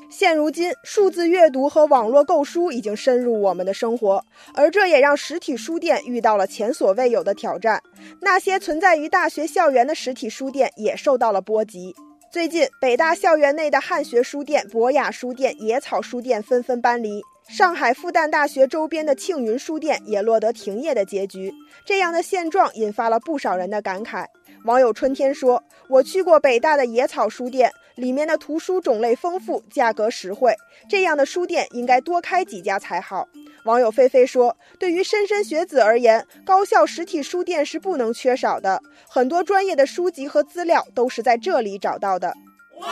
现如今，数字阅读和网络购书已经深入我们的生活，而这也让实体书店遇到了前所未有的挑战。那些存在于大学校园的实体书店也受到了波及。最近，北大校园内的汉学书店、博雅书店、野草书店纷纷搬离，上海复旦大学周边的庆云书店也落得停业的结局。这样的现状引发了不少人的感慨。网友春天说：“我去过北大的野草书店，里面的图书种类丰富，价格实惠，这样的书店应该多开几家才好。”网友菲菲说：“对于莘莘学子而言，高校实体书店是不能缺少的，很多专业的书籍和资料都是在这里找到的。”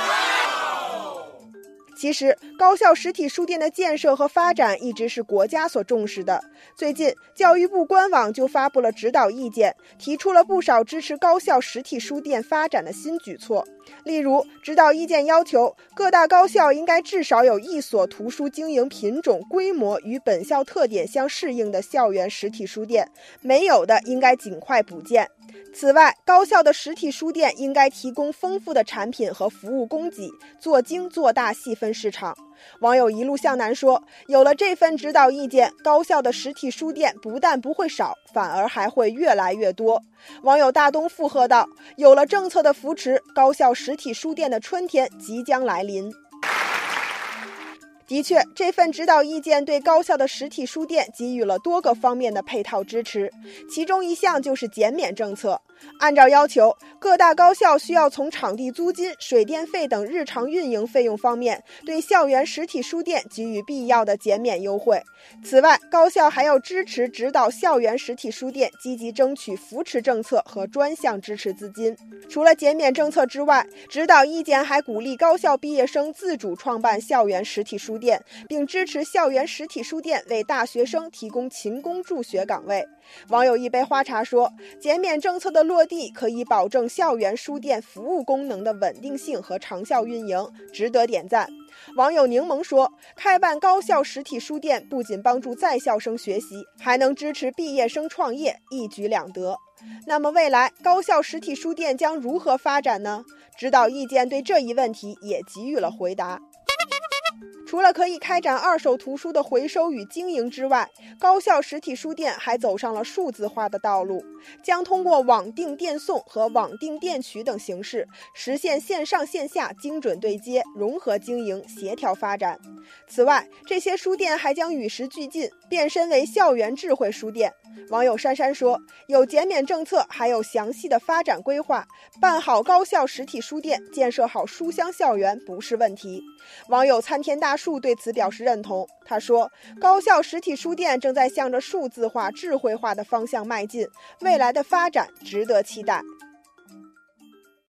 其实，高校实体书店的建设和发展一直是国家所重视的。最近，教育部官网就发布了指导意见，提出了不少支持高校实体书店发展的新举措。例如，指导意见要求各大高校应该至少有一所图书经营品种、规模与本校特点相适应的校园实体书店，没有的应该尽快补建。此外，高校的实体书店应该提供丰富的产品和服务供给，做精做大，细分市场。网友一路向南说：“有了这份指导意见，高校的实体书店不但不会少，反而还会越来越多。”网友大东附和道：“有了政策的扶持，高校实体书店的春天即将来临。”的确，这份指导意见对高校的实体书店给予了多个方面的配套支持，其中一项就是减免政策。按照要求，各大高校需要从场地租金、水电费等日常运营费用方面，对校园实体书店给予必要的减免优惠。此外，高校还要支持指导校园实体书店积极争取扶持政策和专项支持资金。除了减免政策之外，指导意见还鼓励高校毕业生自主创办校园实体书店，并支持校园实体书店为大学生提供勤工助学岗位。网友一杯花茶说：“减免政策的落地可以保证校园书店服务功能的稳定性和长效运营，值得点赞。”网友柠檬说：“开办高校实体书店不仅帮助在校生学习，还能支持毕业生创业，一举两得。”那么未来高校实体书店将如何发展呢？指导意见对这一问题也给予了回答。除了可以开展二手图书的回收与经营之外，高校实体书店还走上了数字化的道路，将通过网订电送和网订电取等形式，实现线上线下精准对接、融合经营、协调发展。此外，这些书店还将与时俱进，变身为校园智慧书店。网友珊珊说：“有减免政策，还有详细的发展规划，办好高校实体书店，建设好书香校园不是问题。”网友参天大树对此表示认同，他说：“高校实体书店正在向着数字化、智慧化的方向迈进，未来的发展值得期待。”